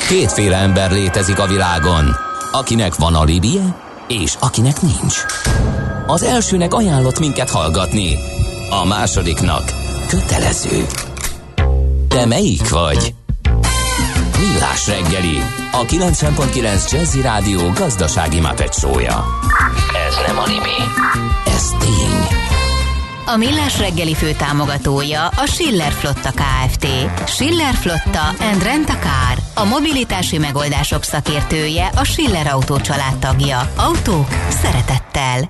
Kétféle ember létezik a világon, akinek van alibije, és akinek nincs. Az elsőnek ajánlott minket hallgatni, a másodiknak kötelező. Te melyik vagy? Millás reggeli, a 90.9 Jazzy Rádió gazdasági Muppet show-ja. Ez nem anime, ez tény. A Millás reggeli főtámogatója a Schiller Flotta Kft. Schiller Flotta and Rent a Car. A mobilitási megoldások szakértője, a Schiller Autó családtagja. Autók szeretettel.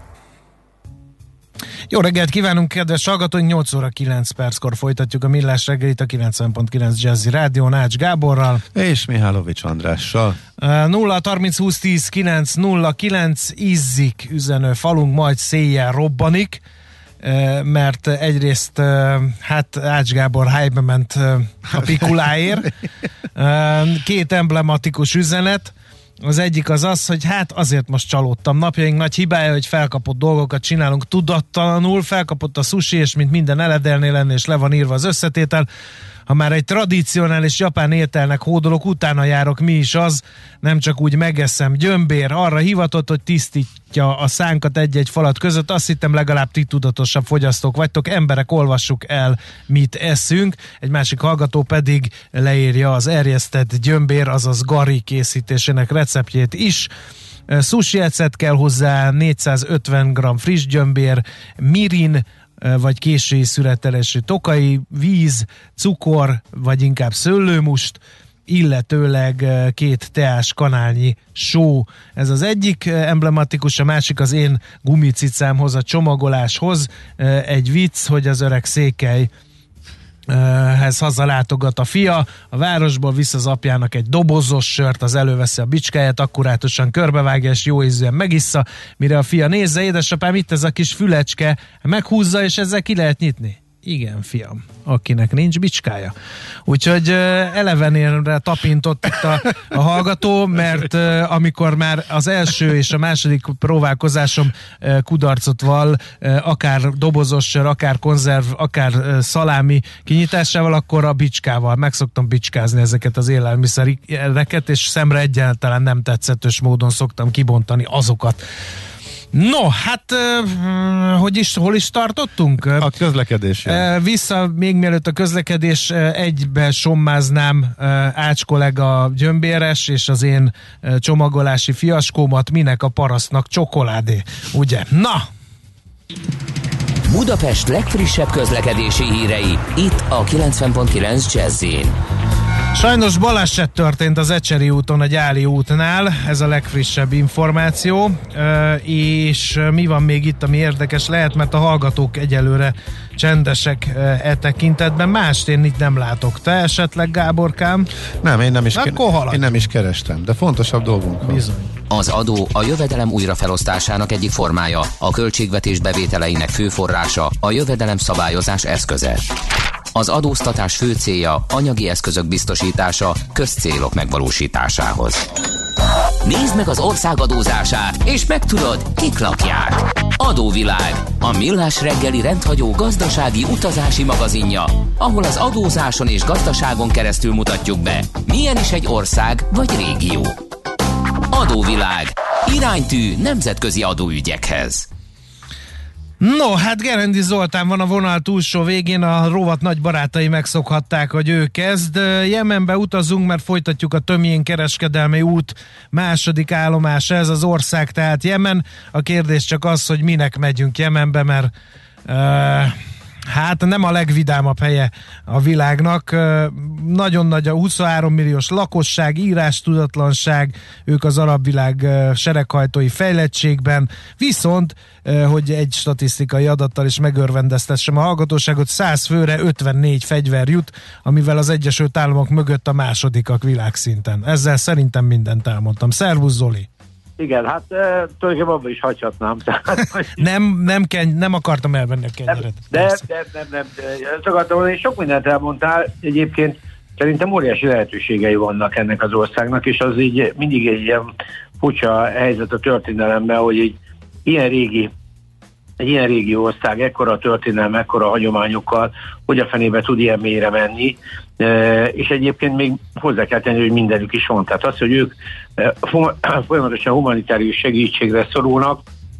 Jó reggelt kívánunk, kedves hallgatóink! 8 óra 9 perckor folytatjuk a Millás reggelit a 90.9 Jazzy Rádión Ács Gáborral. És Mihálovics Andrással. 0-30-20-10-9-09 izzik üzenő falunk, majd széjjel robbanik, mert egyrészt hát Ács Gábor helybe ment a pikuláért. Két emblematikus üzenet. Az egyik az, hogy hát azért most csalódtam. Napjaink nagy hibája, hogy felkapott dolgokat csinálunk tudattalanul, felkapott a sushi, és mint minden eledelnél lenne, és le van írva az összetétel. Ha már egy tradicionális japán ételnek hódolok, utána járok, mi is az, nem csak úgy megeszem. Gyömbér arra hivatott, hogy tisztítja a szánkat egy-egy falat között. Azt hittem, legalább ti tudatosabb fogyasztók vagytok. Emberek, olvassuk el, mit eszünk. Egy másik hallgató pedig leírja az erjesztett gyömbér, azaz gari készítésének receptjét is. Sushi ecet kell hozzá, 450 g friss gyömbér, mirin, vagy késői szüretelésű tokai, víz, cukor, vagy inkább szőlőmust, illetőleg 2 teás kanálnyi só. Ez az egyik emblematikus, a másik az én gumicicámhoz, a csomagoláshoz. Egy vicc, hogy az öreg Székely hazalátogat a fia, a városból visz az apjának egy dobozos sört, az előveszi a bicskáját, akkurátusan körbevágja, és jó ízűen megissza, mire a fia nézze, édesapám, itt ez a kis fülecske, meghúzza, és ezzel ki lehet nyitni. Igen, fiam, akinek nincs bicskája. Úgyhogy elevenére tapintott itt a hallgató, mert amikor már az első és a második próbálkozásom kudarcot vall, akár dobozos sör, akár konzerv, akár szalámi kinyitásával, akkor a bicskával meg szoktam bicskázni ezeket az élelmiszereket, és szemre egyáltalán nem tetszetős módon szoktam kibontani azokat. No, hát hol is tartottunk? A közlekedés. Vissza, még mielőtt a közlekedés, egybe sommáznám Ács kollega gyömbéres és az én csomagolási fiaskómat, minek a parasztnak csokoládé, ugye? Na! Budapest legfrissebb közlekedési hírei, itt a 90.9 Jazz-in. Sajnos baleset történt az Ecseri úton, a Gyáli útnál, ez a legfrissebb információ, és mi van még itt, ami érdekes lehet, mert a hallgatók egyelőre csendesek tekintetben, mást én itt nem látok. Te esetleg, Gáborkám? Nem, én nem is kerestem, de fontosabb dolgunk van. Bizony. Az adó a jövedelem újrafelosztásának egyik formája, a költségvetés bevételeinek fő forrása, a jövedelem szabályozás eszköze. Az adóztatás fő célja anyagi eszközök biztosítása közcélok megvalósításához. Nézd meg az ország adózását, és megtudod, kik lakják. Adóvilág, a millás reggeli rendhagyó gazdasági utazási magazinja, ahol az adózáson és gazdaságon keresztül mutatjuk be, milyen is egy ország vagy régió. Adóvilág, iránytű nemzetközi adóügyekhez. No, hát Gerendi Zoltán van a vonal túlsó végén, a rovat nagy barátai megszokhatták, hogy ő kezd. Jemenbe utazunk, mert folytatjuk a Tömjén kereskedelmi út második állomása, ez az ország, tehát Jemen. A kérdés csak az, hogy minek megyünk Jemenbe, mert hát nem a legvidámabb helye a világnak. Nagyon nagy a 23 milliós lakosság, írástudatlanság, ők az arab világ sereghajtói fejlettségben, viszont, hogy egy statisztikai adattal is megörvendeztessem a hallgatóságot, 100 főre 54 fegyver jut, amivel az Egyesült Államok mögött a másodikak világszinten. Ezzel szerintem mindent elmondtam. Szervusz, Zoli! Igen, hát tulajdonképpen abban is hagyhatnám. Nem akartam elvenni a kenyeret. Nem. Ezt akartam mondani, sok mindent elmondtál. Egyébként szerintem óriási lehetőségei vannak ennek az országnak, és az így mindig egy ilyen furcsa helyzet a történelemben, hogy így ilyen régi egy ilyen régi ország, ekkora történelme, ekkora hagyományokkal, hogy a fenébe tud ilyen mélyre menni, és egyébként még hozzá kell tenni, hogy mindenük is van. Tehát az, hogy ők folyamatosan humanitárius segítségre szorulnak,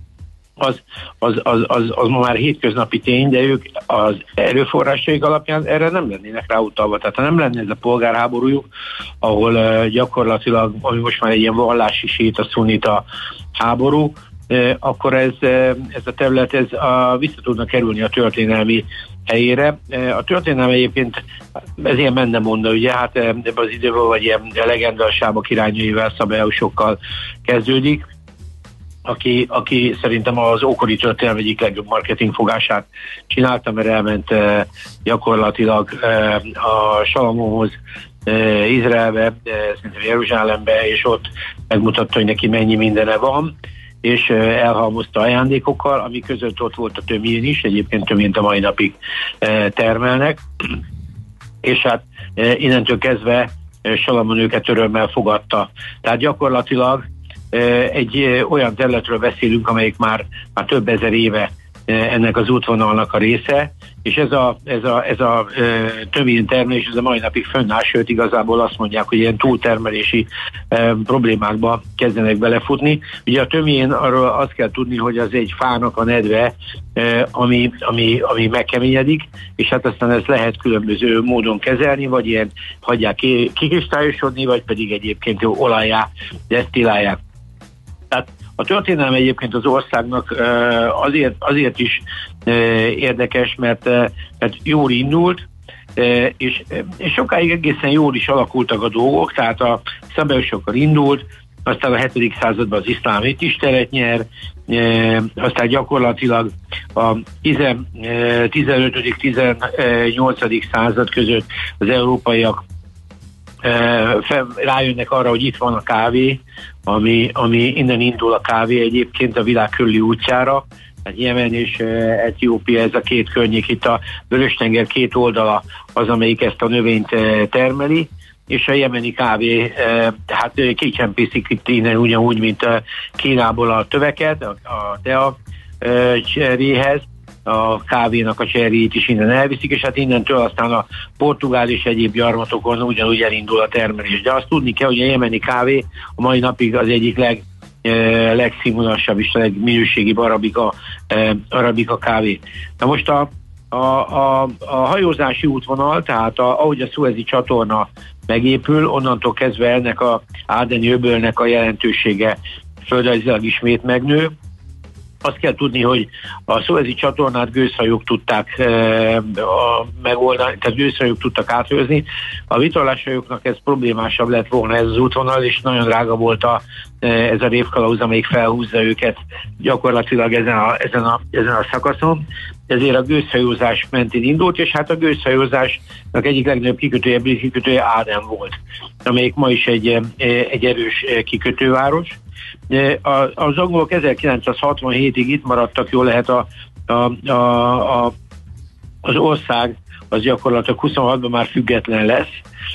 az ma már hétköznapi tény, de ők az erőforrásaik alapján erre nem lennének ráutalva. Tehát ha nem lenne ez a polgárháborújuk, ahol gyakorlatilag, ami most már egy ilyen vallási séta szunita háború, akkor ez a terület vissza tudna kerülni a történelmi helyére. A történelem egyébként ez ilyen mendemonda, ugye, hát ebben az időben vagy ilyen legenda a sába királynőivel, szabályosokkal kezdődik, aki szerintem az ókori történelem egyik legjobb marketingfogását csinálta, mert elment gyakorlatilag a Salamonhoz, Izraelbe, szerintem Jeruzsálembe, és ott megmutatta, hogy neki mennyi mindene van, és elhalmozta ajándékokkal, ami között ott volt a tömjén is, egyébként tömjént a mai napig termelnek, és hát innentől kezdve Salamon őket örömmel fogadta. Tehát gyakorlatilag egy olyan területről beszélünk, amelyik már több ezer éve ennek az útvonalnak a része, és ez a tömjén termelés, ez a mai napig fönnáll, sőt igazából azt mondják, hogy ilyen túltermelési problémákba kezdenek belefutni. Ugye a tömjén, arról azt kell tudni, hogy az egy fának a nedve, ami megkeményedik, és hát aztán ezt lehet különböző módon kezelni, vagy ilyen hagyják kikristályosodni, vagy pedig egyébként olajjá desztillálják. Tehát a történelem egyébként az országnak azért is érdekes, mert jól indult, és sokáig egészen jól is alakultak a dolgok, tehát a szabályosokkal indult, aztán a 7. században az iszlám itt is teret nyer, aztán gyakorlatilag a 15.-18. század között az európaiak rájönnek arra, hogy itt van a kávé, ami innen indul a kávé egyébként a világ körüli útjára. Tehát Jemen és Etiópia, ez a két környék, itt a Vörös-tenger két oldala az, amelyik ezt a növényt termeli, és a jemeni kávé, tehát kicsempészik itt innen ugyanúgy, mint Kínából a töveket, a tea cserjéhez, a kávénak a cserjét is innen elviszik, és hát innentől aztán a portugál és egyéb gyarmatokon ugyanúgy elindul a termelés. De azt tudni kell, hogy a jemeni kávé a mai napig az egyik legszínvonalasabb és legminőségibb arabika kávé. Na most a hajózási útvonal, tehát ahogy a Szuezi csatorna megépül, onnantól kezdve ennek a Ádeni öbölnek a jelentősége földrajzilag ismét megnő. Azt kell tudni, hogy a Szuezi csatornát gőzhajók tudták megoldani, tehát gőzhajók tudtak átőzni. A vitorláshajóknak ez problémásabb lett volna ez az útvonal, és nagyon drága volt ez a révkalauz, amelyik felhúzza őket gyakorlatilag ezen a szakaszon. Ezért a gőzhajózás mentén indult, és hát a gőzhajózásnak egyik legnagyobb kikötője Áden volt, amelyik ma is egy erős kikötőváros. Az angolok 1967-ig itt maradtak, jól lehet az ország az gyakorlatilag 26-ban már független lesz.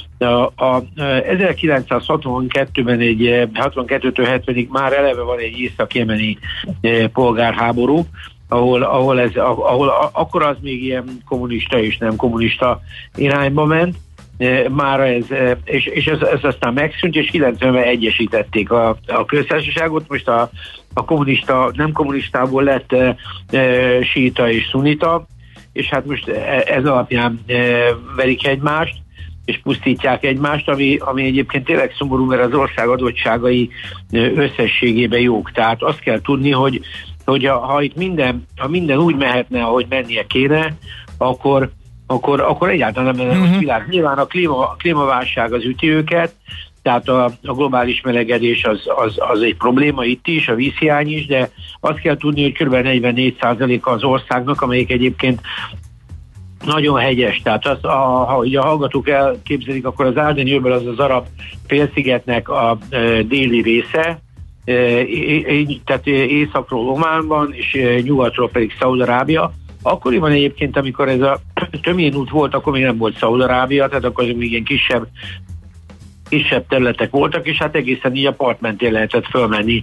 1962-ben 62-től 70-ig már eleve van egy észak-jemeni polgárháború, ahol akkor az még ilyen kommunista és nem kommunista irányba ment. Már és ez aztán megszűnt, és 90-ben egyesítették a köztársaságot, most a kommunista, nem kommunistából lett síita és szunita, és hát most ez alapján verik egymást, és pusztítják egymást, ami egyébként tényleg szomorú, mert az ország adottságai összességében jók. Tehát azt kell tudni, hogy ha itt minden úgy mehetne, ahogy mennie kéne, akkor egyáltalán nem lenne most világ. Nyilván a klímaválság az üti őket, tehát a globális melegedés az egy probléma itt is, a vízhiány is, de azt kell tudni, hogy kb. 44%-a az országnak, amelyik egyébként nagyon hegyes. Tehát ha a hallgatók elképzelik, akkor az Ádeni-öböl az arab félszigetnek a déli része, tehát északról Ománban, és nyugatról pedig Szaúd-Arábia. Akkoriban egyébként, amikor ez a tömjén út volt, akkor még nem volt Szaúd-Arábia, tehát akkor még ilyen kisebb kisebb területek voltak, és hát egészen így a part mentén lehetett fölmenni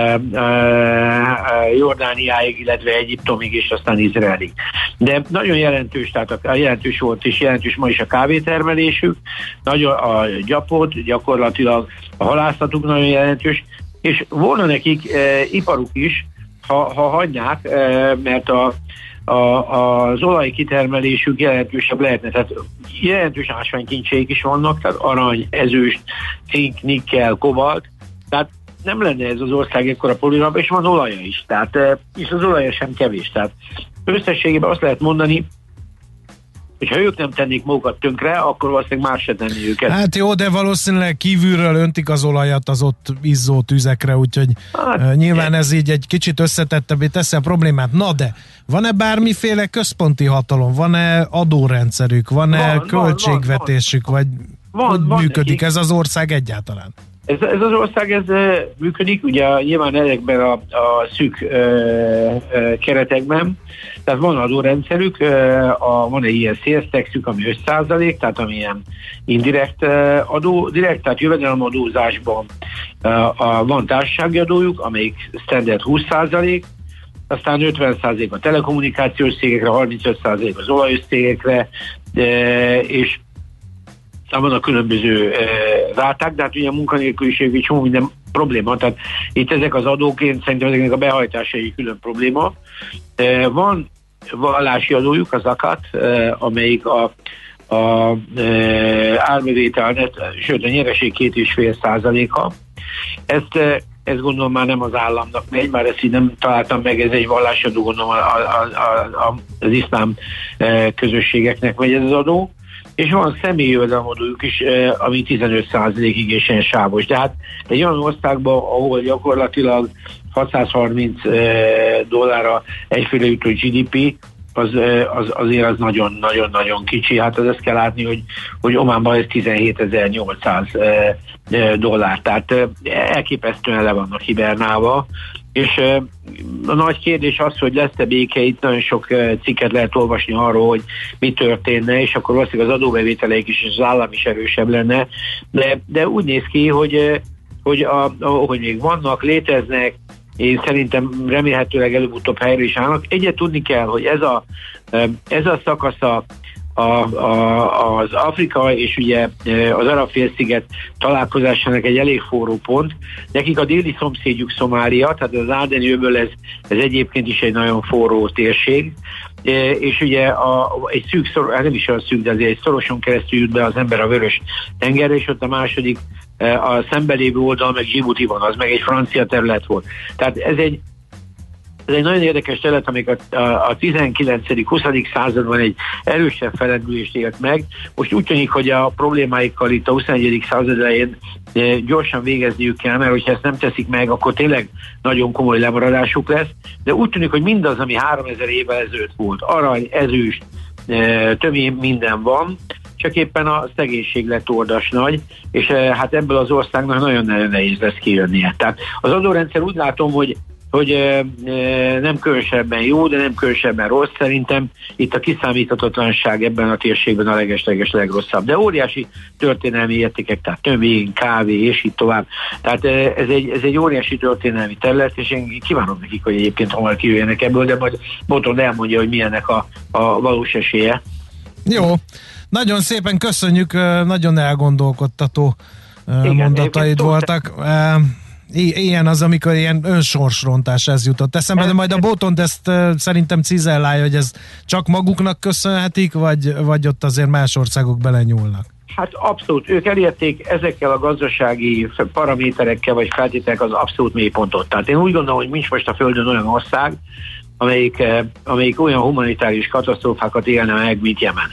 Jordániáig, illetve Egyiptomig, és aztán Izraelig. De nagyon jelentős, tehát jelentős volt, és jelentős ma is a kávétermelésük, nagyon a gyapot, gyakorlatilag a halászatuk nagyon jelentős, és volna nekik iparuk is, ha hagyják, mert az olajkitermelésük jelentősebb lehetne, tehát jelentős ásványkincseik is vannak, tehát arany, ezüst, cink, nikkel, kobalt, tehát nem lenne ez az ország ekkora probléma, és van olaja is, tehát, és az olaja sem kevés, tehát összességében azt lehet mondani, hogy ha ők nem tennék magukat tönkre, akkor valószínűleg más se tenni őket. Hát jó, de valószínűleg kívülről öntik az olajat az ott izzó tüzekre, úgyhogy nyilván ez így egy kicsit összetettebbé teszi a problémát. Na de, van-e bármiféle központi hatalom? Van-e adórendszerük? Van-e költségvetésük? Vagy hogy működik ez az ország egyáltalán? Ez az ország működik, ugye nyilván ezekben a szűk keretekben, tehát van adórendszerük, van egy ilyen sales taxük, ami 5%, tehát ami ilyen indirekt adó, direkt, tehát jövedelemadózásban van társasági adójuk, amelyik standard 20%, aztán 50% a telekommunikációs cégekre, 35% az olajcégekre, és van a különböző ráták, de hát ugye a munkanélküliség egy csomó minden probléma, tehát itt ezek az adók, én szerintem ezeknek a behajtása egy külön probléma. Van vallási adójuk, az zakat, amelyik a árbevételnet, sőt a nyereség 2,5%-a. Ezt gondolom már nem az államnak megy, már ezt így nem találtam meg, ez egy vallásadó, gondolom az iszlám közösségeknek megy ez az adó. És van személyi jövedelemadójuk is, ami 15%-ig és ilyen sávos. De hát egy olyan országban, ahol gyakorlatilag $630 egyfőre jutó GDP, azért az nagyon-nagyon kicsi. Hát az ezt kell látni, hogy Ománban ez $17,800. Tehát elképesztően le vannak hibernálva. És a nagy kérdés az, hogy lesz-e béke, itt nagyon sok cikket lehet olvasni arról, hogy mi történne, és akkor valószínűleg az adóbevételeik is, és az állam is erősebb lenne. De úgy néz ki, hogy még vannak, léteznek, én szerintem remélhetőleg előbb-utóbb helyre is állnak. Egyet tudni kell, hogy ez a szakasza az Afrika és ugye az Arab-félsziget találkozásának egy elég forró pont. Nekik a déli szomszédjuk Szomália, tehát az Ádeni-öböl ez egyébként is egy nagyon forró térség, és ugye egy szűk, nem is olyan szűk, de azért egy szoroson keresztül jut be az ember a Vörös tengerre, és ott a második, a szembelévő oldal meg Djibouti van, az meg egy francia terület volt. Tehát ez egy nagyon érdekes terület, amik a 19.-20. században egy erősebb felendülést élt meg. Most úgy tűnik, hogy a problémáikkal itt a 21. század elején gyorsan végezniük kell, mert hogyha ezt nem teszik meg, akkor tényleg nagyon komoly lemaradásuk lesz. De úgy tűnik, hogy mindaz, ami 3000 évvel ezelőtt volt, arany, ezüst, tömény minden van, csak éppen a szegénység lett ordas nagy, és hát ebből az országnak nagyon nehéz lesz kijönnie. Tehát az adórendszer úgy látom, hogy nem különösebben jó, de nem különösebben rossz. Szerintem itt a kiszámíthatatlanság ebben a térségben a leges legrosszabb. De óriási történelmi értékek, tehát tömény, kávé, és így tovább. Tehát ez egy óriási történelmi terület, és én kívánom nekik, hogy egyébként hamar kijöjjenek ebből, de majd Botond elmondja, hogy milyennek a valós esélye. Jó, nagyon szépen köszönjük, nagyon elgondolkodtató mondataid voltak. Ilyen az, amikor ilyen önsorsrontás ez jutott eszembe, de majd a Botond ezt szerintem cizellálja, hogy ez csak maguknak köszönhetik, vagy ott azért más országok belenyúlnak. Hát abszolút, ők elérték ezekkel a gazdasági paraméterekkel, vagy feltételek az abszolút mélypontot. Tehát én úgy gondolom, hogy nincs most a Földön olyan ország, amelyik olyan humanitárius katasztrófákat élne meg, mint Jemen.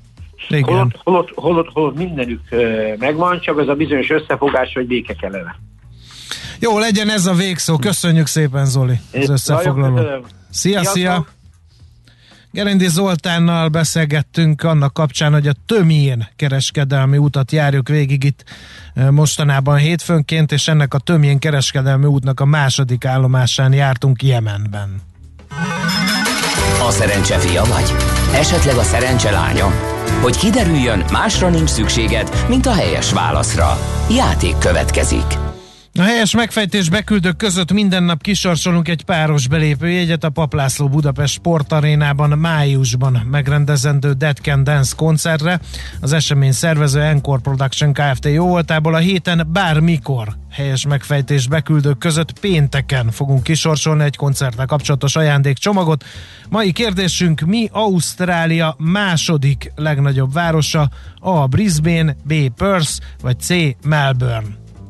Holott mindenük megvan, csak az a bizonyos összefogás, hogy béke kellene. Jó, legyen ez a végszó. Köszönjük szépen, Zoli, az összefoglaló. Szia! Gerendi Zoltánnal beszélgettünk annak kapcsán, hogy a Tömjén kereskedelmi utat járjuk végig itt mostanában hétfőnként, és ennek a Tömjén kereskedelmi útnak a második állomásán jártunk Jemenben. A szerencse fia vagy? Esetleg a szerencse lánya? Hogy kiderüljön, másra nincs szükséged, mint a helyes válaszra. Játék következik. A helyes megfejtés beküldők között minden nap kisorsolunk egy páros belépőjegyet a Papp László Budapest Sportarénában májusban megrendezendő Dead Can Dance koncertre. Az esemény szervező Encore Production Kft. Jóvoltából a héten bármikor helyes megfejtés beküldők között pénteken fogunk kisorsolni egy koncerttel kapcsolatos ajándékcsomagot. Mai kérdésünk: mi Ausztrália második legnagyobb városa? A. Brisbane, B. Perth, vagy C. Melbourne?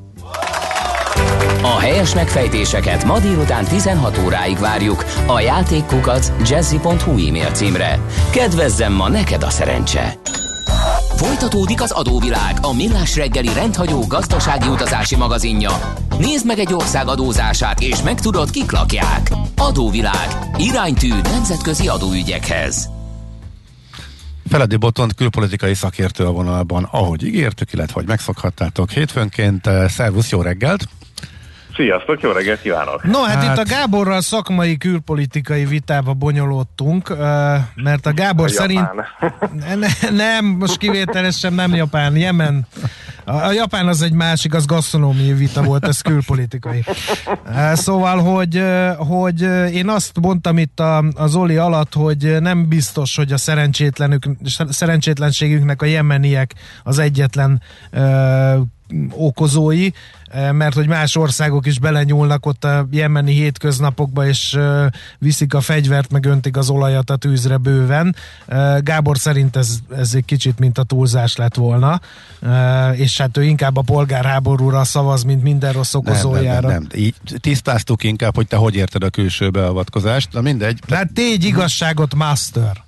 A helyes megfejtéseket ma délután 16 óráig várjuk a játékkukac@jazzy.hu e-mail címre. Kedvezzem ma neked a szerencse! Folytatódik az adóvilág, a millás reggeli rendhagyó gazdasági utazási magazinja. Nézd meg egy ország adózását, és megtudod, kik lakják. Adóvilág. Iránytű nemzetközi adóügyekhez. Feledi Botont külpolitikai szakértő a vonalban, ahogy ígértük, illetve hogy megszokhattátok hétfőnként. Szervusz, jó reggelt! Sziasztok, jó reggelt kívánok! No, hát itt a Gáborral szakmai külpolitikai vitába bonyolódtunk, mert a Gábor szerint... Nem, most kivételesen nem Japán, Jemen. A Japán az egy másik, az gasztronómiai vita volt, ez külpolitikai. Szóval, hogy én azt mondtam itt az Oli alatt, hogy nem biztos, hogy a szerencsétlenségünknek a jemeniek az egyetlen okozói, mert hogy más országok is belenyúlnak ott a jemeni hétköznapokba, és viszik a fegyvert, meg öntik az olajat a tűzre bőven. Gábor szerint ez egy kicsit mint a túlzás lett volna, és hát ő inkább a polgárháborúra szavaz, mint minden rossz okozójára. Nem. Így tisztáztuk inkább, hogy te hogy érted a külső beavatkozást, na mindegy. Hát tégy igazságot, master!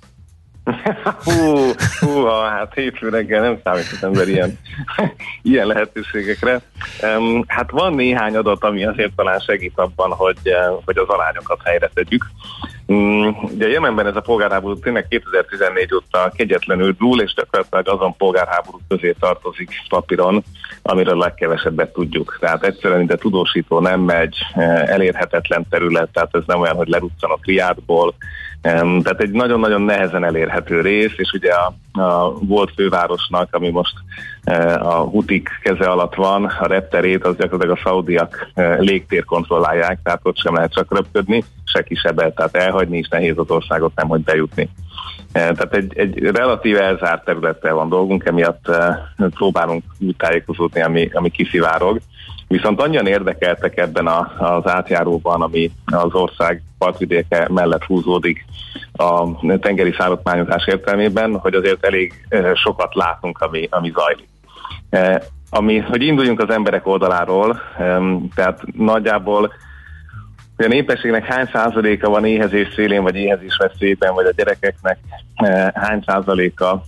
Hát hétfő reggel nem számít az ember ilyen lehetőségekre. Hát van néhány adat, ami azért talán segít abban, hogy az arányokat helyre tegyük. Ugye Jemenben ez a polgárháború tényleg 2014 óta kegyetlenül dúl, és gyakorlatilag azon polgárháború közé tartozik papíron, amiről legkevesebbet tudjuk. Tehát egyszerűen ide tudósító nem megy, elérhetetlen terület, tehát ez nem olyan, hogy leruccanok Riádból. Tehát egy nagyon-nagyon nehezen elérhető rész, és ugye a volt fővárosnak, ami most a hutik keze alatt van, a repterét, az gyakorlatilag a szaudiak légtér kontrollálják, tehát ott sem lehet csak röpködni, se kisebben, tehát elhagyni is nehéz az országot, nem hogy bejutni. Tehát egy relatív elzárt területtel van dolgunk, emiatt próbálunk úgy tájékozódni, ami kiszivárog. Viszont annyian érdekeltek ebben az átjáróban, ami az ország partvidéke mellett húzódik a tengeri szállítmányozás értelmében, hogy azért elég sokat látunk, ami zajlik. Hogy induljunk az emberek oldaláról, tehát nagyjából a népességnek hány százaléka van éhezés szélén, vagy éhezés veszélyben, vagy a gyerekeknek hány százaléka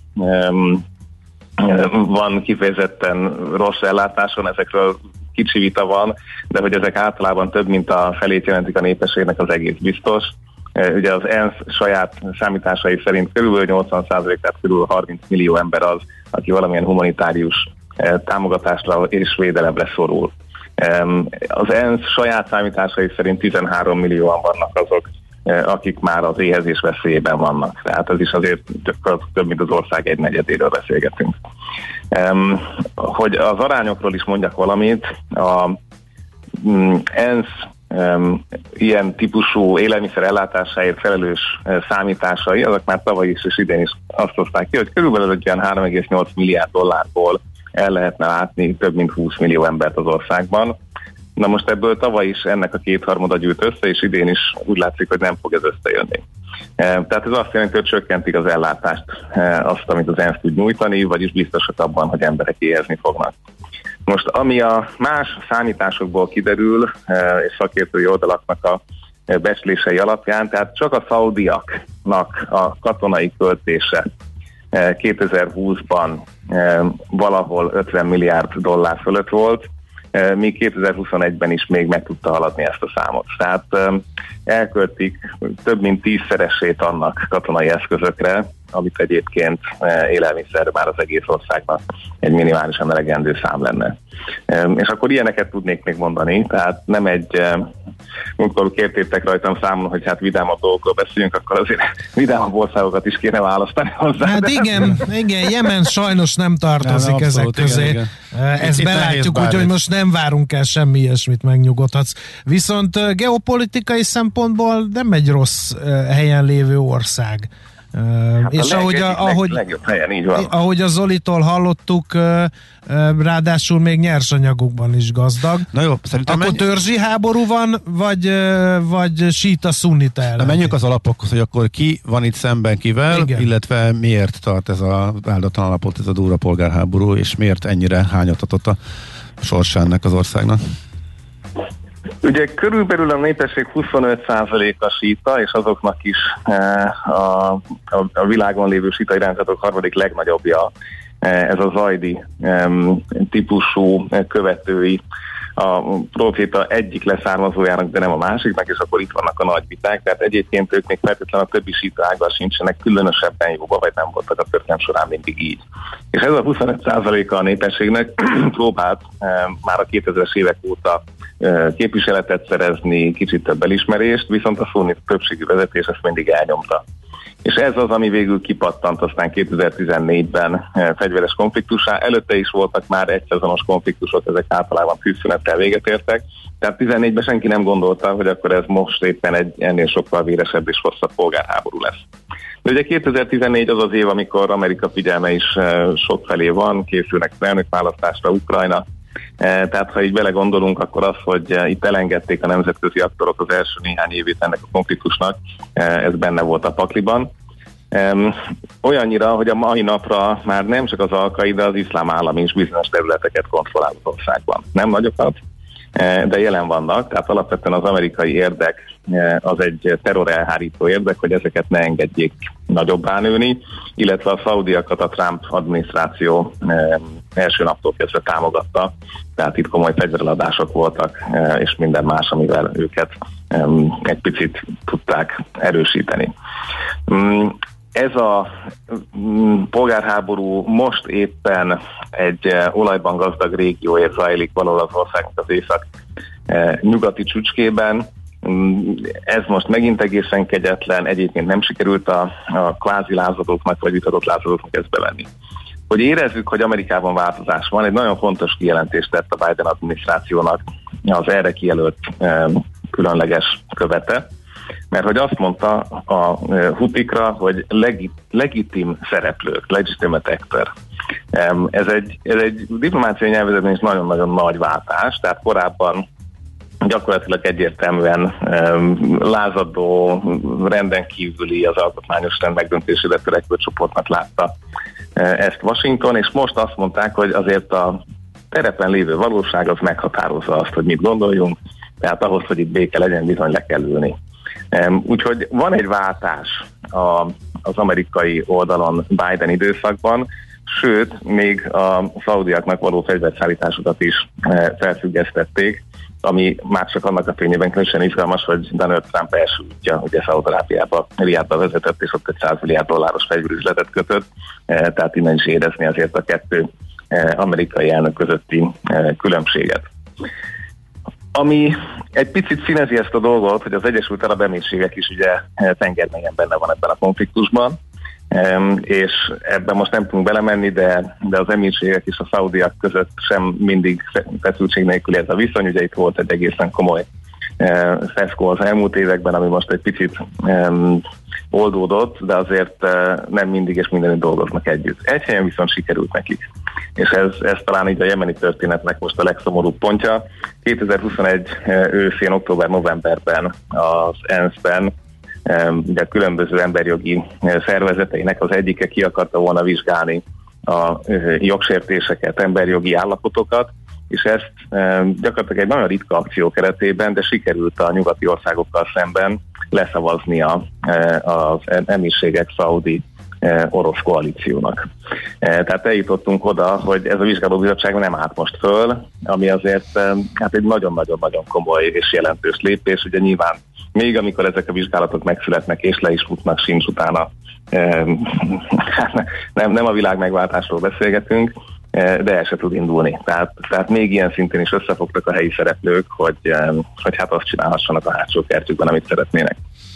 van kifejezetten rossz ellátáson, ezekről kicsi vita van, de hogy ezek általában több, mint a felét jelentik a népességnek, az egész biztos. Ugye az ENSZ saját számításai szerint körülbelül 80%, tehát körülbelül 30 millió ember az, aki valamilyen humanitárius támogatásra és védelemre szorul. Az ENSZ saját számításai szerint 13 millióan vannak azok, akik már az éhezés veszélyében vannak. Tehát ez is azért több, mint az ország egy negyedéről beszélgetünk. Hogy az arányokról is mondjak valamit, a ENSZ ilyen típusú élelmiszer ellátásáért felelős számításai, azok már tavaly is és idén is azt hozták ki, hogy körülbelül egy olyan 3,8 milliárd dollárból el lehetne látni több mint 20 millió embert az országban. Na most ebből tavaly is ennek a kétharmada gyűlt össze, és idén is úgy látszik, hogy nem fog ez összejönni. Tehát ez azt jelenti, hogy csökkentik az ellátást, azt, amit az ENSZ tud nyújtani, vagyis biztosak abban, hogy emberek éhezni fognak. Most ami a más számításokból kiderül, és szakértői oldalaknak a becslései alapján, tehát csak a szaudiaknak a katonai költése 2020-ban valahol 50 milliárd dollár fölött volt, míg 2021-ben is még meg tudta haladni ezt a számot. Tehát elköltik több mint 10-szeresét annak katonai eszközökre, amit egyébként élelmiszer már az egész országnak egy minimálisan elegendő szám lenne. És akkor ilyeneket tudnék még mondani, tehát nem egy múltkor kértétek rajtam számon, hogy hát vidámabb dolgokról beszéljünk, akkor azért vidámabb országokat is kéne választani hozzá. Hát igen, Jemen sajnos nem tartozik ezek közé. Igen. Ezt belátjuk, úgyhogy most nem várunk el semmi ilyesmit, megnyugodhatsz. Viszont geopolitikai szempontból nem egy rossz helyen lévő ország. Hát és legjobb helyen, így van. Ahogy a Zolitól hallottuk, ráadásul még nyersanyagokban is gazdag. Na jó, szerintem akkor törzsi háború van, vagy síta szunnita ellen? Menjünk az alapokhoz, hogy akkor ki van itt szemben kivel, igen, illetve miért tart ez az áldatlan alapot, ez a durva polgárháború, és miért ennyire hányatatott a sorsának az országnak? Ugye körülbelül a népesség 25%-a síta, és azoknak is a világon lévő síta irányzatok harmadik legnagyobbja, ez a zajdi típusú követői a proféta egyik leszármazójának, de nem a másiknak, és akkor itt vannak a nagy viták, tehát egyébként ők még feltétlenül a többi síta ággal sincsenek különösebben jóba, vagy nem voltak a történelem során mindig így. És ez a 25%-a a népességnek próbált már a 2000-es évek óta képviseletet szerezni, kicsit több elismerést, viszont a szunni többségű vezetés ezt mindig elnyomta. És ez az, ami végül kipattant aztán 2014-ben fegyveres konfliktussá. Előtte is voltak már egyszezonos konfliktusok, ezek általában tűzszünettel véget értek. Tehát 2014-ben senki nem gondolta, hogy akkor ez most éppen egy ennél sokkal véresebb és hosszabb polgárháború lesz. De ugye 2014 az az év, amikor Amerika figyelme is sokfelé van, készülnek elnökválasztásra Ukrajna. Tehát ha így belegondolunk, akkor az, hogy itt elengedték a nemzetközi aktorok az első néhány évét ennek a konfliktusnak, ez benne volt a pakliban. Olyannyira, hogy a mai napra már nem csak az Al-Qaida, az iszlám állam is bizonyos területeket kontrollál az országban. Nem nagyokat, de jelen vannak, tehát alapvetően az amerikai érdek az egy terrorelhárító érdek, hogy ezeket ne engedjék nagyobbá nőni, illetve a szaudiakat a Trump adminisztráció első naptól kezdve támogatta, tehát itt komoly fegyvereladások voltak, és minden más, amivel őket egy picit tudták erősíteni. Ez a polgárháború most éppen egy olajban gazdag régióért zajlik valahol az országnak az észak-nyugati csücskében. Ez most megint egészen kegyetlen, egyébként nem sikerült a kvázi lázadóknak vagy vitatott lázadóknak ezt bevenni. Hogy érezzük, hogy Amerikában változás van, egy nagyon fontos kijelentést tett a Biden adminisztrációnak az erre kijelölt különleges követe, mert hogy azt mondta a hutikra, hogy legitim szereplők, legitimate actor. Ez egy diplomáciai nyelvezetben is nagyon-nagyon nagy váltás, tehát korábban gyakorlatilag egyértelműen lázadó, renden kívüli, az alkotmányos rend megdöntésére törekvő csoportnak látta ezt Washington, és most azt mondták, hogy azért a terepen lévő valóság az meghatározza azt, hogy mit gondoljunk, tehát ahhoz, hogy itt béke legyen, bizony le kell ülni. Úgyhogy van egy váltás az amerikai oldalon Biden időszakban, sőt, még a szaudiaknak való fegyverszállításokat is felfüggesztették, ami már csak annak a fényében különösen izgalmas, hogy Donald Trump első útja, ugye Szaúd-Arábiába, Riadba vezetett, és ott egy $100 milliárd fegyverüzletet kötött, tehát innen is érezni azért a kettő amerikai elnök közötti különbséget. Ami egy picit színezi ezt a dolgot, hogy az Egyesült Arab Emírségek is ugye tengermélyen benne van ebben a konfliktusban, és ebben most nem tudunk belemenni, de az emírségek és a szaudiak között sem mindig feszültség nélkül ez a viszony. Ugye itt volt egy egészen komoly feszkó az elmúlt években, ami most egy picit oldódott, de azért nem mindig és mindenütt dolgoznak együtt. Egy helyen viszont sikerült nekik, és ez talán így a jemeni történetnek most a legszomorúbb pontja. 2021 őszén, október-novemberben az ENSZ-ben ugye a különböző emberjogi szervezeteinek az egyike ki akarta volna vizsgálni a jogsértéseket, emberjogi állapotokat, és ezt gyakorlatilag egy nagyon ritka akció keretében, de sikerült a nyugati országokkal szemben leszavaznia az emírségek szaudi orosz koalíciónak. Tehát eljutottunk oda, hogy ez a vizsgálóbizottság nem állt most föl, ami azért hát egy nagyon-nagyon-nagyon komoly és jelentős lépés. Ugye nyilván még amikor ezek a vizsgálatok megszületnek és le is futnak, sincs utána, nem a világ megváltásról beszélgetünk, de el se tud indulni. Tehát még ilyen szintén is összefogtak a helyi szereplők, hogy hát azt csinálhassanak a hátsó kertjükben, amit szeretnének.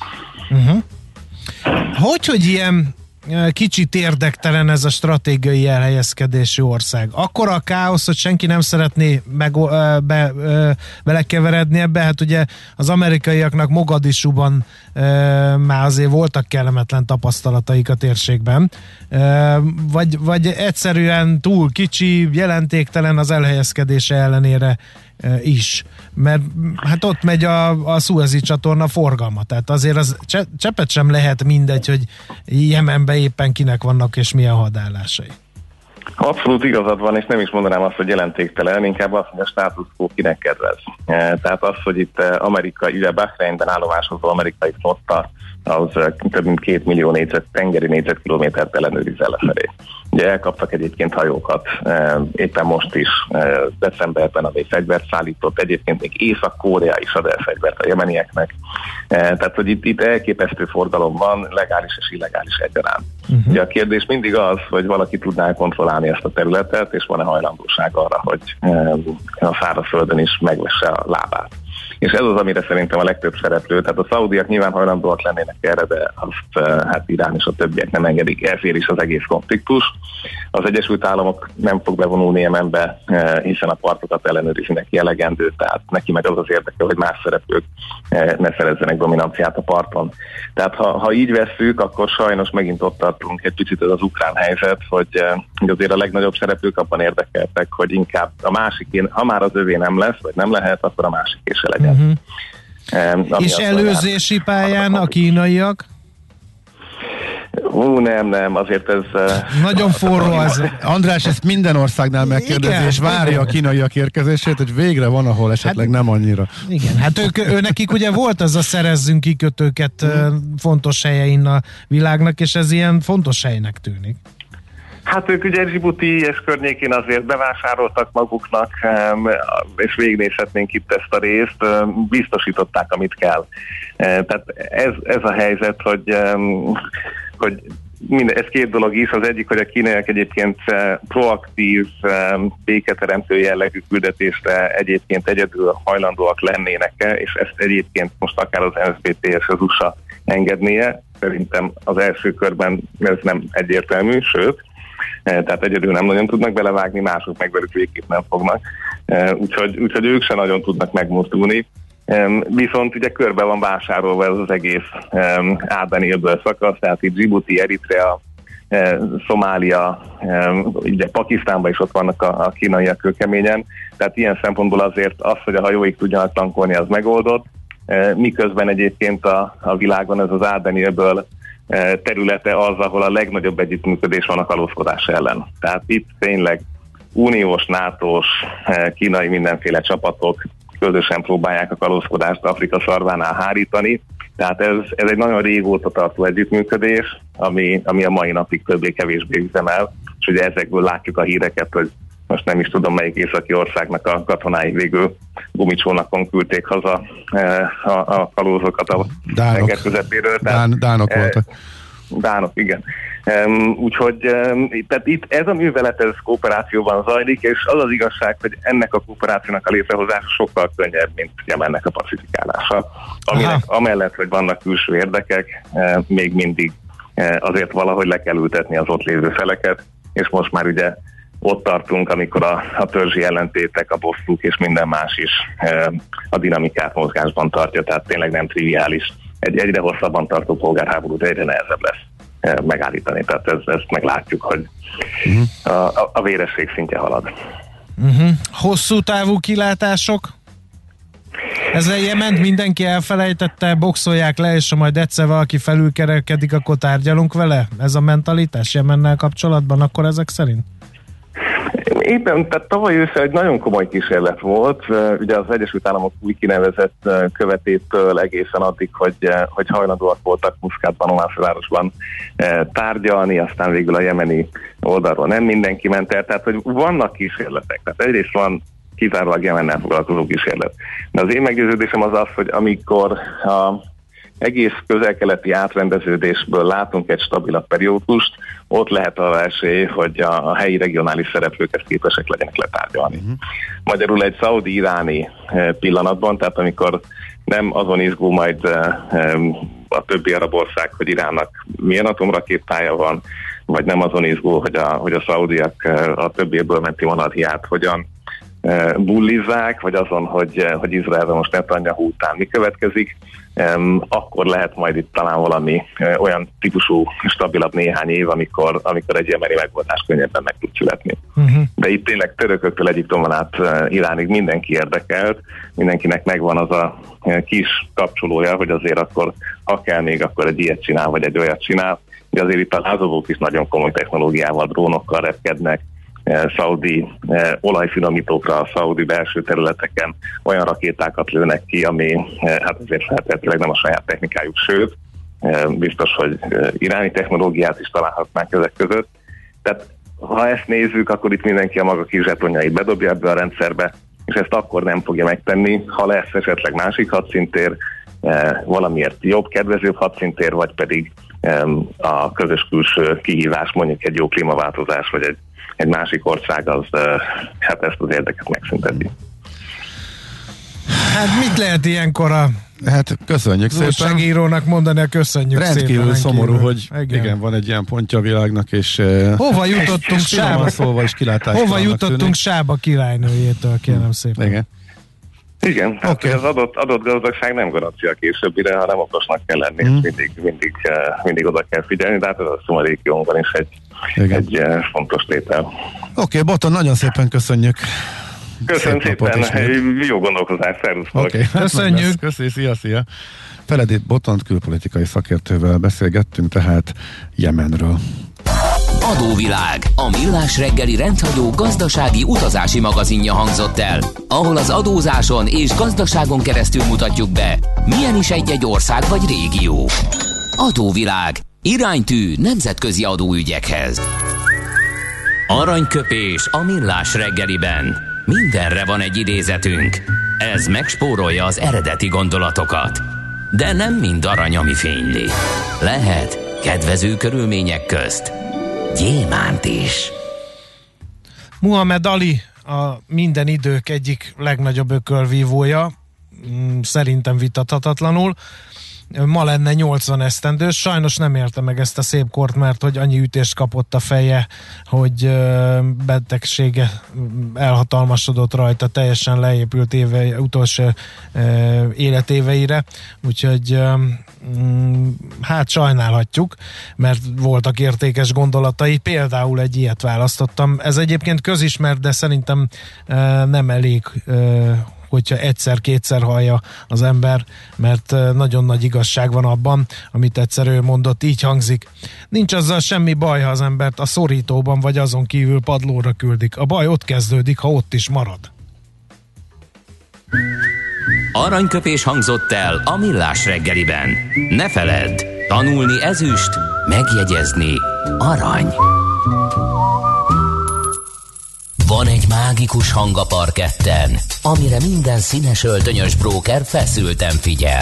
Hogy ilyen kicsit érdektelen ez a stratégiai elhelyezkedésű ország? Akkora a káosz, hogy senki nem szeretné belekeveredni ebbe. Hát ugye az amerikaiaknak Mogadishuban már azért voltak kellemetlen tapasztalataik a térségben. Vagy egyszerűen túl kicsi, jelentéktelen az elhelyezkedése ellenére is. Mert hát ott megy a Szuezi csatorna forgalma, tehát azért az cseppet sem lehet mindegy, hogy Jemenben éppen kinek vannak és milyen hadállásai. Abszolút igazad van, és nem is mondanám azt, hogy jelentéktelen, inkább azt, hogy a status quo kinek kedvez. Tehát az, hogy itt ide Bahreinben állomásozó amerikai flotta, az több mint 2 millió tengeri négyzetkilométert ellenőrizel lefelé. Ugye elkaptak egyébként hajókat, éppen most is decemberben, ami fegyvert szállított, egyébként még Észak-Korea is ad el fegyvert a jemenieknek. Tehát, hogy itt elképesztő forgalom van, legális és illegális egyaránt. Ugye a kérdés mindig az, hogy valaki tudná kontrollálni ezt a területet, és van-e hajlandóság arra, hogy a szárazföldön is megvesse a lábát. És ez az, amire szerintem a legtöbb szereplő, tehát a szaudiak nyilván hajlandóak lennének erre, de azt hát Irán és a többiek nem engedik, ezért is az egész konfliktus. Az Egyesült Államok nem fog bevonulni Jemenbe, hiszen a partokat ellenőrizni neki elegendő, tehát neki meg az az érdeke, hogy más szereplők ne szerezzenek dominanciát a parton. Tehát ha így vesszük, akkor sajnos megint ott tartunk egy picit az ukrán helyzet, hogy azért a legnagyobb szereplők abban érdekeltek, hogy inkább a másikén, ha már az övé nem lesz, vagy nem lehet, akkor a másiké se legyen. És előzési pályán a kínaiak? Nem, azért ez... Nagyon forró az. András ezt minden országnál megkérdezi, és várja a kínaiak érkezését, hogy végre van, ahol esetleg nem annyira. Igen, hát nekik ugye volt az a szerezzünk kikötőket fontos helyein a világnak, és ez ilyen fontos helynek tűnik. Hát ők ugye Djibouti és környékén azért bevásároltak maguknak, és végignézhetnénk itt ezt a részt, biztosították, amit kell. Tehát ez a helyzet, hogy ez két dolog is. Az egyik, hogy a kínaiak egyébként proaktív, béketeremtő jellegű küldetésre egyébként egyedül hajlandóak lennének, és ezt egyébként most akár az NSBT és az USA engednie. Szerintem az első körben ez nem egyértelmű, sőt, tehát egyedül nem nagyon tudnak belevágni, mások meg velük végképp nem fognak. Úgyhogy ők sem nagyon tudnak megmozdulni. Viszont ugye körbe van vásárolva ez az egész Ádeni-öböl szakasz, tehát itt Djibouti, Eritrea, Szomália, ugye Pakisztánban is ott vannak a kínaiak kőkeményen, tehát ilyen szempontból azért az, hogy a hajóik tudjanak tankolni, az megoldott, miközben egyébként a világon ez az Ádeni-öböl területe az, ahol a legnagyobb együttműködés van a kalózkodás ellen. Tehát itt tényleg uniós, NATO-s, kínai mindenféle csapatok közösen próbálják a kalózkodást Afrika szarvánál hárítani. Tehát ez egy nagyon régóta tartó együttműködés, ami a mai napig többé-kevésbé üzemel, és ugye ezekből látjuk a híreket, hogy most nem is tudom, melyik északi országnak a katonái végül gumicsónakon küldték haza a kalózokat a tenger közepéről. Dánok voltak. Dánok, igen. Úgyhogy tehát itt ez a művelet, ez kooperációban zajlik, és az az igazság, hogy ennek a kooperációnak a létrehozása sokkal könnyebb, mint ennek a pacifikálása. Aminek amellett, hogy vannak külső érdekek, még mindig azért valahogy le kell ültetni az ott lévő feleket, és most már ugye ott tartunk, amikor a törzsi ellentétek, a bosszúk és minden más is a dinamikát mozgásban tartja, tehát tényleg nem triviális. Egy egyre hosszabban tartó polgárháborút egyre nehezebb lesz megállítani, tehát ezt meglátjuk, hogy a véresség szintje halad. Hosszú távú kilátások? Ezzel Jement mindenki elfelejtette, boxolják le, és ha majd egyszer valaki felülkerekedik, akkor tárgyalunk vele? Ez a mentalitás Jemennel kapcsolatban akkor ezek szerint? Éppen, tehát tavaly ősszel egy nagyon komoly kísérlet volt, ugye az Egyesült Államok új kinevezett követétől egészen addig, hogy hajlandóak voltak Muszkátban, Omászvárosban tárgyalni, aztán végül a jemeni oldalról nem mindenki ment el, tehát hogy vannak kísérletek, tehát egyrészt van kizárólag Jemennel foglalkozó kísérlet. De az én meggyőződésem az, hogy amikor a egész közel-keleti átrendeződésből látunk egy stabilabb periódust, ott lehet arra esély, hogy a helyi regionális szereplők ezt képesek legyenek letárgyalni. Magyarul egy szaudi-iráni pillanatban, tehát amikor nem azon izgul majd a többi arab ország, hogy Iránnak milyen atomrakétája van, vagy nem azon izgul, hogy a szaudiak a többi évből menti monarchiát hogyan bullizzák, vagy azon, hogy Izraelben most Netanyahu után mi következik, akkor lehet majd itt talán valami olyan típusú stabilabb néhány év, amikor egy jemeni megoldás könnyebben meg tud születni. De itt tényleg törököktől Egyiptomon át Iránig mindenki érdekelt, mindenkinek megvan az a kis kapcsolója, hogy azért akkor, ha kell még, akkor egy ilyet csinál, vagy egy olyat csinál. De azért itt a lázadók is nagyon komoly technológiával, drónokkal repkednek, szaudi olajfinomítókra a szaudi belső területeken olyan rakétákat lőnek ki, ami hát azért feltétlenül nem a saját technikájuk, sőt, biztos, hogy iráni technológiát is találhatnánk ezek között. Tehát ha ezt nézzük, akkor itt mindenki a maga kis zsetonjait bedobja ebbe a rendszerbe, és ezt akkor nem fogja megtenni, ha lesz esetleg másik hadszintér, valamiért jobb, kedvezőbb hadszintér, vagy pedig a közös külső kihívás, mondjuk egy jó klímaváltozás, vagy egy másik ország, az hát ezt az érdeket megszünteti. Hát mit lehet ilyenkor Hát köszönjük szépen. újságírónak mondani, a köszönjük rendkívül szépen. Szomorú, hogy igen, van egy ilyen pontja a világnak, és hova jutottunk Sába? Szóval is hova jutottunk Sába királynőjétől, kérem szépen. Igen, tehát az adott gazdagság nem garancia későbbire, hanem okosnak kell lenni, mindig oda kell figyelni, de hát ez a Szuma régiónkban is egy fontos tétel. Oké, Botton, nagyon szépen köszönjük. Köszönöm szépen, jó gondolkozás, szervusztok. Köszönjük. Köszönjük, szia. Feledi Bottont külpolitikai szakértővel beszélgettünk, tehát Jemenről. Adóvilág, a millás reggeli rendhagyó gazdasági utazási magazinja hangzott el, ahol az adózáson és gazdaságon keresztül mutatjuk be, milyen is egy-egy ország vagy régió. Adóvilág, iránytű nemzetközi adóügyekhez. Aranyköpés a millás reggeliben. Mindenre van egy idézetünk. Ez megspórolja az eredeti gondolatokat. De nem mind arany, ami fényli. Lehet kedvező körülmények közt gyémánt is. Muhammad Ali a minden idők egyik legnagyobb ökölvívója, szerintem vitathatatlanul. Ma lenne 80 esztendős, sajnos nem érte meg ezt a szép kort, mert hogy annyi ütést kapott a feje, hogy betegsége elhatalmasodott rajta, teljesen leépült utolsó életéveire, úgyhogy hát sajnálhatjuk, mert voltak értékes gondolatai, például egy ilyet választottam. Ez egyébként közismert, de szerintem nem elég, hogyha egyszer-kétszer hallja az ember, mert nagyon nagy igazság van abban, amit egyszer ő mondott, így hangzik. Nincs azzal semmi baj, ha az embert a szorítóban vagy azon kívül padlóra küldik. A baj ott kezdődik, ha ott is marad. Aranyköpés hangzott el a millás reggeliben. Ne feledd, tanulni ezüst, megjegyezni arany. Van egy mágikus hang a parketten, amire minden színes öltönyös bróker feszülten figyel.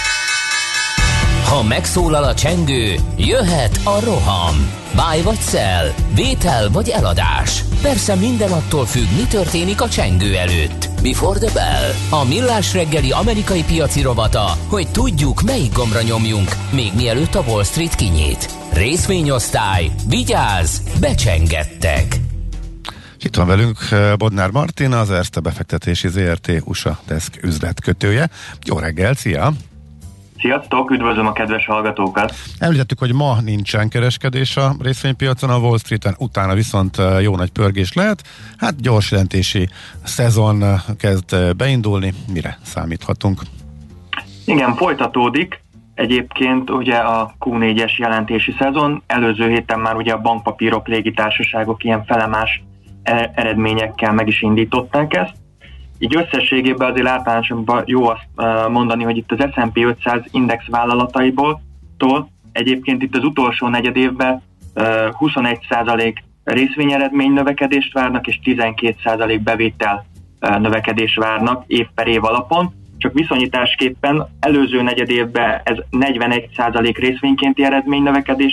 Ha megszólal a csengő, jöhet a roham. Buy vagy sell, vétel vagy eladás. Persze minden attól függ, mi történik a csengő előtt. Before the bell, a millás reggeli amerikai piaci rovata, hogy tudjuk, melyik gombra nyomjunk, még mielőtt a Wall Street kinyit. Részvényosztály, vigyázz, becsengettek! Itt van velünk Bodnár Martin, az Erste befektetési ZRT USA Desk üzletkötője. Jó reggel, szia! Sziasztok, üdvözlöm a kedves hallgatókat! Említettük, hogy ma nincsen kereskedés a részvénypiacon, a Wall Streeten, utána viszont jó nagy pörgés lehet. Hát gyors jelentési szezon kezd beindulni, mire számíthatunk? Igen, folytatódik. Egyébként ugye a Q4-es jelentési szezon, előző héten már ugye a bankpapírok, légitársaságok ilyen felemás eredményekkel meg is indították ezt. Így összességében azért általánosabban jó azt mondani, hogy itt az S&P 500 index vállalataiból egyébként itt az utolsó negyed évben 21% részvényeredmény növekedést várnak, és 12% bevétel növekedést várnak év per év alapon. Csak viszonyításképpen előző negyed évben ez 41% részvénykénti eredmény növekedés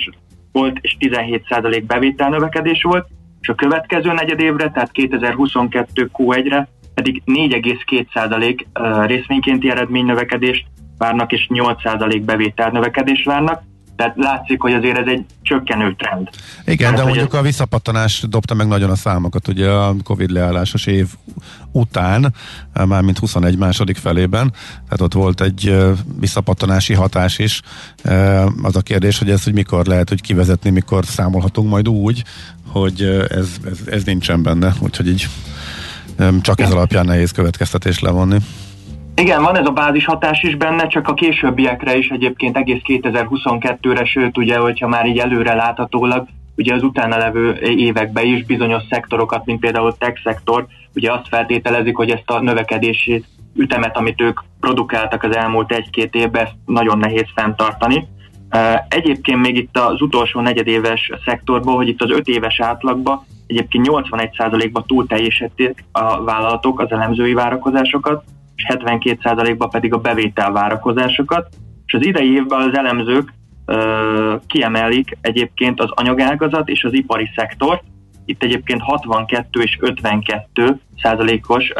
volt, és 17% bevétel növekedés volt, és a következő negyedévre, tehát 2022 Q1-re pedig 4,2% részvénykénti eredménynövekedést várnak, és 8% bevétel növekedést várnak. Tehát látszik, hogy azért ez egy csökkenő trend. Igen, de mondjuk a visszapattanás dobta meg nagyon a számokat, ugye a Covid leállásos év után, mármint 21 második felében, tehát ott volt egy visszapattanási hatás is. Az a kérdés, hogy hogy mikor lehet, hogy kivezetni, mikor számolhatunk majd úgy, hogy ez nincsen benne, úgyhogy így csak ez alapján nehéz következtetést levonni. Igen, van ez a bázishatás is benne, csak a későbbiekre is egyébként egész 2022-re, sőt ugye, hogyha már így előre láthatólag, ugye az utána levő években is bizonyos szektorokat, mint például a tech szektor, ugye azt feltételezik, hogy ezt a növekedési ütemet, amit ők produkáltak az elmúlt 1-2 évben, ezt nagyon nehéz fenntartani. Egyébként még itt az utolsó negyedéves szektorból, hogy itt az 5 éves átlagban egyébként 81%-ban túl teljesítették a vállalatok az elemzői várakozásokat, és 72%-ban pedig a bevétel várakozásokat, és az idei évben az elemzők kiemelik egyébként az anyagágazat és az ipari szektort. Itt egyébként 62 és 52%-os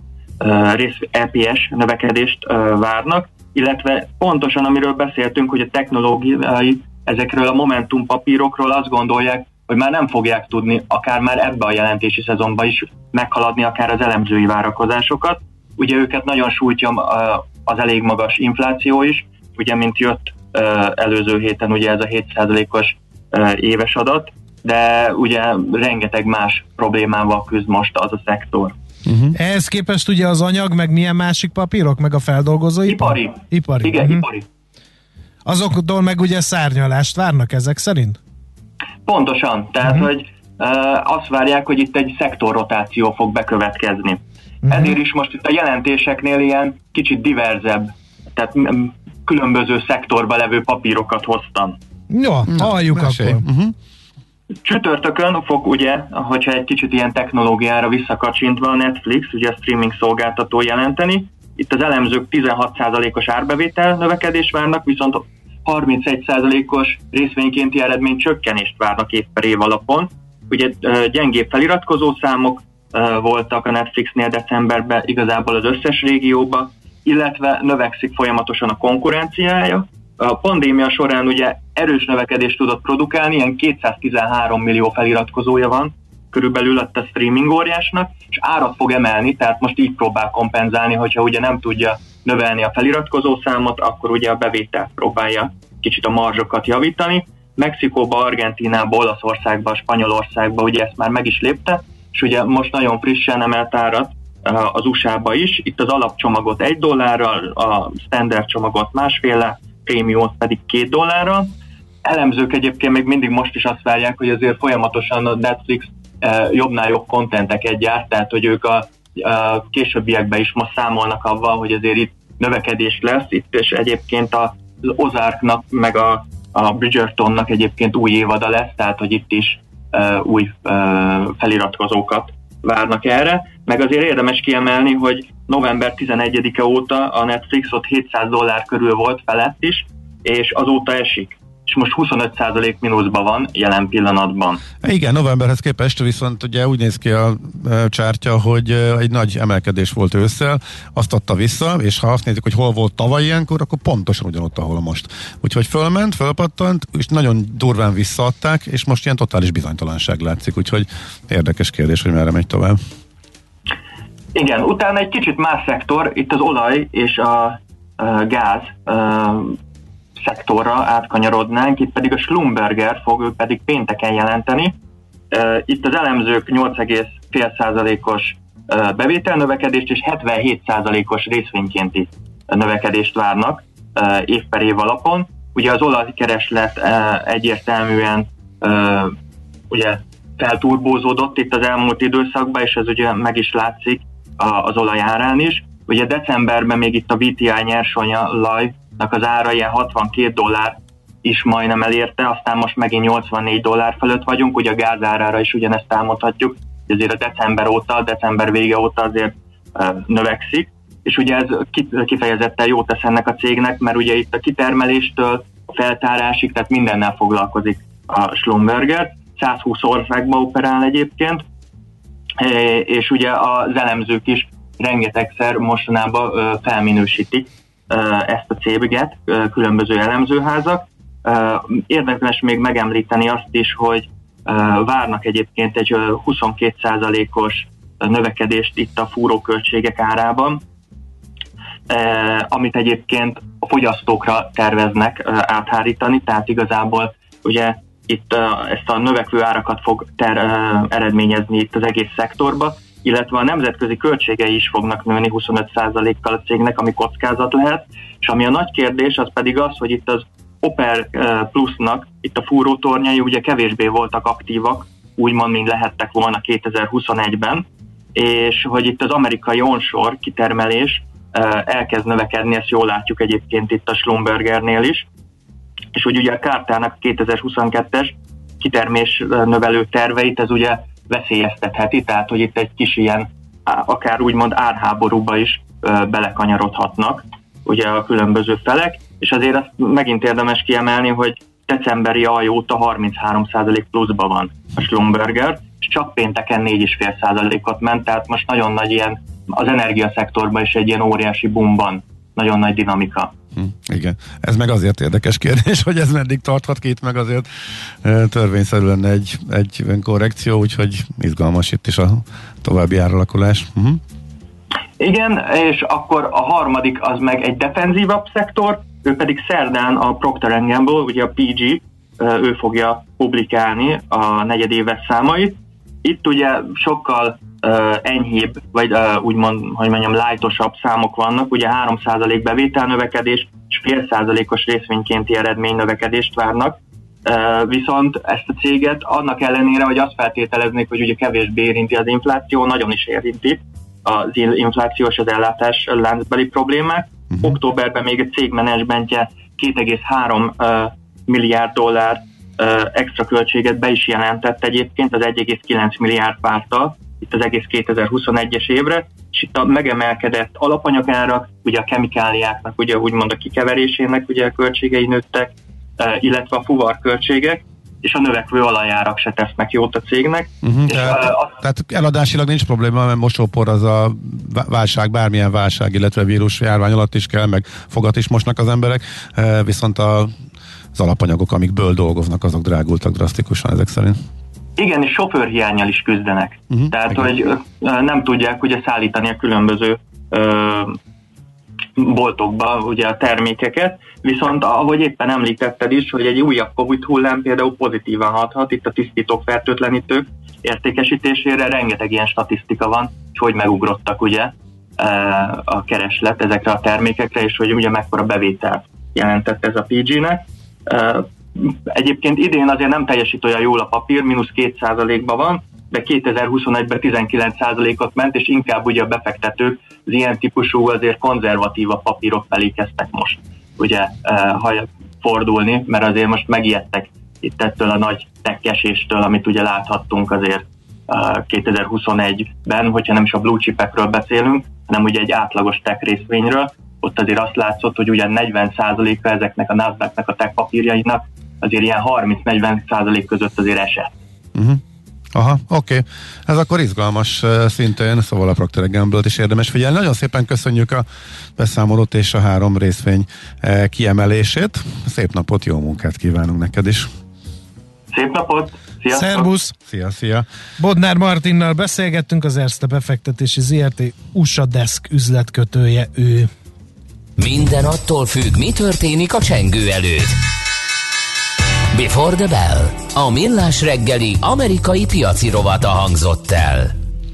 EPS növekedést várnak, illetve pontosan amiről beszéltünk, hogy a technológiai ezekről a Momentum papírokról azt gondolják, hogy már nem fogják tudni akár már ebbe a jelentési szezonban is meghaladni akár az elemzői várakozásokat. Ugye őket nagyon sújtja az elég magas infláció is, ugye mint jött előző héten ugye ez a 7%-os éves adat, de ugye rengeteg más problémával küzd most az a szektor. Ehhez képest ugye az anyag, meg milyen másik papírok, meg a feldolgozóipar? Ipari. Igen, ipari. Azoktól meg ugye szárnyalást várnak ezek szerint? Pontosan, tehát hogy azt várják, hogy itt egy szektorrotáció fog bekövetkezni. Ezért is most itt a jelentéseknél ilyen kicsit diverzebb, tehát különböző szektorba levő papírokat hoztam. Jó, halljuk akkor. Csütörtökön fog ugye, hogyha egy kicsit ilyen technológiára visszakacsintva a Netflix, ugye a streaming szolgáltató jelenteni. Itt az elemzők 16%-os árbevétel növekedés várnak, viszont 31%-os részvénykénti eredmény csökkenést várnak év per év alapon. Ugye gyengébb feliratkozó számok voltak a Netflixnél decemberben igazából az összes régióban, illetve növekszik folyamatosan a konkurenciája. A pandémia során ugye erős növekedést tudott produkálni, ilyen 213 millió feliratkozója van körülbelül a streaming óriásnak, és árat fog emelni, tehát most így próbál kompenzálni, hogyha ugye nem tudja növelni a feliratkozó számot, akkor ugye a bevétel próbálja kicsit a marzsokat javítani. Mexikóba, Argentínába, Olaszországba, Spanyolországba ugye ezt már meg is lépte, és ugye most nagyon frissen emelt árat az USA-ba is, itt az alapcsomagot $1, a standard csomagot $1,5, prémiumot pedig $2. Elemzők egyébként még mindig most is azt várják, hogy azért folyamatosan a Netflix jobbnál jobb kontenteket gyárt, tehát hogy ők a későbbiekben is most számolnak avval, hogy azért itt növekedés lesz, itt és egyébként az Ozarknak meg a Bridgertonnak egyébként új évada lesz, tehát hogy itt is új feliratkozókat várnak erre. Meg azért érdemes kiemelni, hogy november 11-e óta a Netflix ott $700 körül volt felett is, és azóta esik. És most 25% mínuszban van jelen pillanatban. Igen, novemberhez képest viszont ugye úgy néz ki a csártya, hogy egy nagy emelkedés volt ősszel, azt adta vissza, és ha azt nézzük, hogy hol volt tavaly ilyenkor, akkor pontosan ugyanott, ahol most. Úgyhogy fölpattant, és nagyon durván visszaadták, és most ilyen totális bizonytalanság látszik, úgyhogy érdekes kérdés, hogy merre megy tovább. Igen, utána egy kicsit más szektor, itt az olaj és a gáz szektorra átkanyarodnánk, itt pedig a Schlumberger fog, ő pedig pénteken jelenteni. Itt az elemzők 8,5%-os bevételnövekedést és 77%-os részvénykénti növekedést várnak év per év alapon. Ugye az olajkereslet egyértelműen ugye felturbózódott itt az elmúlt időszakban, és ez ugye meg is látszik az olaj árán is. Ugye decemberben még itt a VTI nyersanyagolajnak az ára ilyen $62 is majdnem elérte, aztán most megint $84 fölött vagyunk, ugye a gáz árára is ugyanezt elmondhatjuk, hogy azért a december vége óta azért növekszik, és ugye ez kifejezetten jót tesz ennek a cégnek, mert ugye itt a kitermeléstől a feltárásig, tehát mindennel foglalkozik a Schlumberger, 120 országba operál egyébként, és ugye az elemzők is rengetegszer mostanában felminősítik ezt a céget, különböző elemzőházak. Érdekes még megemlíteni azt is, hogy várnak egyébként egy 22%-os növekedést itt a fúróköltségek árában, amit egyébként a fogyasztókra terveznek áthárítani, tehát igazából ugye itt ezt a növekvő árakat fog eredményezni itt az egész szektorba, illetve a nemzetközi költségei is fognak nőni 25%-kal a cégnek, ami kockázat lehet, és ami a nagy kérdés, az pedig az, hogy itt az Oper Plusnak itt a fúrótornyai ugye kevésbé voltak aktívak, úgymond, mint lehettek volna 2021-ben, és hogy itt az amerikai onshore kitermelés elkezd növekedni, ezt jól látjuk egyébként itt a Schlumbergernél is, és hogy ugye a Carternak 2022-es kitermés növelő terveit ez ugye veszélyeztetheti, tehát hogy itt egy kis ilyen, akár úgymond árháborúba is belekanyarodhatnak ugye a különböző felek, és azért azt megint érdemes kiemelni, hogy decemberi alj óta 33% pluszban van a Schlumberger, és csak pénteken 4,5%-ot ment, tehát most nagyon nagy ilyen, az energiaszektorban is egy ilyen óriási boomban, nagyon nagy dinamika. Igen, ez meg azért érdekes kérdés, hogy ez meddig tarthat itt, meg azért törvényszerű lenne egy korrekció, úgyhogy izgalmas itt is a további áralakulás. Igen, és akkor a harmadik az meg egy defenzívabb szektor, ő pedig szerdán a Procter & Gamble, ugye a PG, ő fogja publikálni a negyedéves számait. Itt ugye sokkal enyhébb, vagy úgymond, hogy mondjam, lightosabb számok vannak, ugye 3% bevételnövekedés és 0,5%-os részvénykénti eredménynövekedést várnak, viszont ezt a céget annak ellenére, hogy azt feltételeznék, hogy ugye kevésbé érinti az infláció, nagyon is érinti az inflációs az ellátás láncbeli problémák. Októberben még a cég menedzsmentje 2,3 milliárd dollár extra költséget be is jelentett egyébként az 1,9 milliárd várta itt az egész 2021-es évre, és itt a megemelkedett alapanyagárak, ugye a kemikáliáknak, ugye úgymond a kikeverésének ugye a költségei nőttek, illetve a fuvarköltségek, és a növekvő alajárak se tesznek jót a cégnek. Tehát eladásilag nincs probléma, mert mosópor az a válság, bármilyen válság, illetve vírus járvány alatt is kell, meg fogat is mosnak az emberek, viszont az alapanyagok, amikből dolgoznak, azok drágultak drasztikusan ezek szerint. Igen, és sofőrhiánnyal is küzdenek. Tehát, igen, hogy nem tudják ugye szállítani a különböző boltokba ugye a termékeket, viszont ahogy éppen említetted is, hogy egy újabb Covid hullám például pozitívan hathat, itt a tisztítók, fertőtlenítők értékesítésére rengeteg ilyen statisztika van, és hogy megugrottak ugye a kereslet ezekre a termékekre, és hogy ugye mekkora bevételt jelentett ez a PG-nek. Egyébként idén azért nem teljesít olyan jól a papír, -2%-ban van, de 2021-ben 19%-ot ment, és inkább ugye a befektetők az ilyen típusú azért konzervatívabb papírok felé kezdtek most ugye fordulni, mert azért most megijedtek itt ettől a nagy tech-eséstől, amit ugye láthattunk azért 2021-ben, hogyha nem is a blue chipekről beszélünk, hanem ugye egy átlagos tech részvényről, ott azért azt látszott, hogy ugye 40%-a ezeknek a Nasdaqnek a tech papírjainak azért ilyen 30-40% között azért esett. Aha, oké. Ez akkor izgalmas szintén, szóval a Procter & Gamble-t is érdemes figyelni. Nagyon szépen köszönjük a beszámolót és a 3 részvény kiemelését. Szép napot, jó munkát kívánunk neked is. Szép napot! Sziasztok! Szervusz! Szia! Bodnár Martinnal beszélgettünk, az Erste befektetési ZRT USA Desk üzletkötője ő. Minden attól függ, mi történik a csengő előtt. Before the Bell. A Millás reggeli amerikai piaci rovata hangzott el.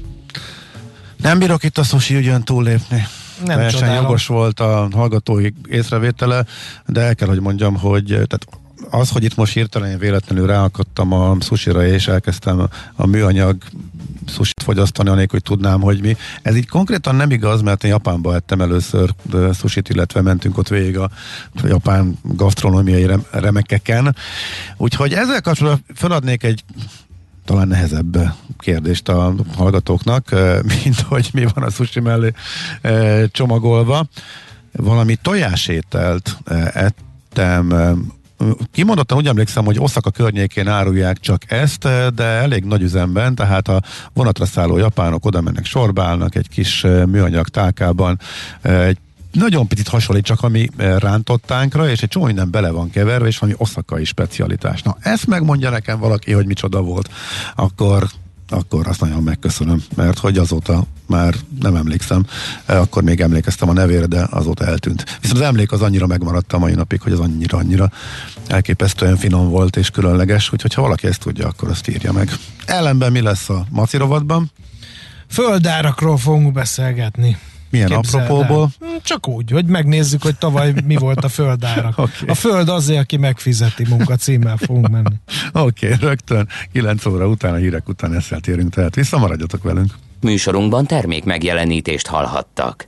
Nem bírok itt a sushi ügyön túllépni. Teljesen jogos volt a hallgatói észrevétele, de el kell, hogy mondjam, hogy tehát az, hogy itt most hirtelen véletlenül ráakadtam a sushira, és elkezdtem a műanyag sushit fogyasztani, anélkül, hogy tudnám, hogy mi. Ez így konkrétan nem igaz, mert én Japánba ettem először sushit, illetve mentünk ott végig a japán gasztronómiai remekeken. Úgyhogy ezzel kapcsolatban feladnék egy talán nehezebb kérdést a hallgatóknak, mint hogy mi van a sushi mellé csomagolva. Valami tojásételt ettem kimondottan úgy emlékszem, hogy Oszaka környékén árulják csak ezt, de elég nagy üzemben, tehát a vonatra szálló japánok oda mennek, sorbálnak egy kis műanyag tálkában, egy nagyon picit hasonlít csak a mi rántottánkra, és egy csomó minden bele van keverve, és valami oszakai specialitás. Na, ezt megmondja nekem valaki, hogy micsoda volt, akkor azt nagyon megköszönöm, mert hogy azóta már nem emlékszem, akkor még emlékeztem a nevére, de azóta eltűnt. Viszont az emlék az annyira megmaradt a mai napig, hogy az annyira elképesztően finom volt és különleges, úgyhogy ha valaki ezt tudja, akkor azt írja meg. Ellenben mi lesz a Maci rovatban? Földárakról fogunk beszélgetni. Milyen apropóból? Csak úgy, hogy megnézzük, hogy tavaly mi volt a földárak. Okay. A föld azért, aki megfizeti munka címmel fogunk menni. Oké, rögtön 9 óra után, a hírek után ezzel térünk, tehát visszamaradjatok velünk. Műsorunkban termék megjelenítést hallhattak.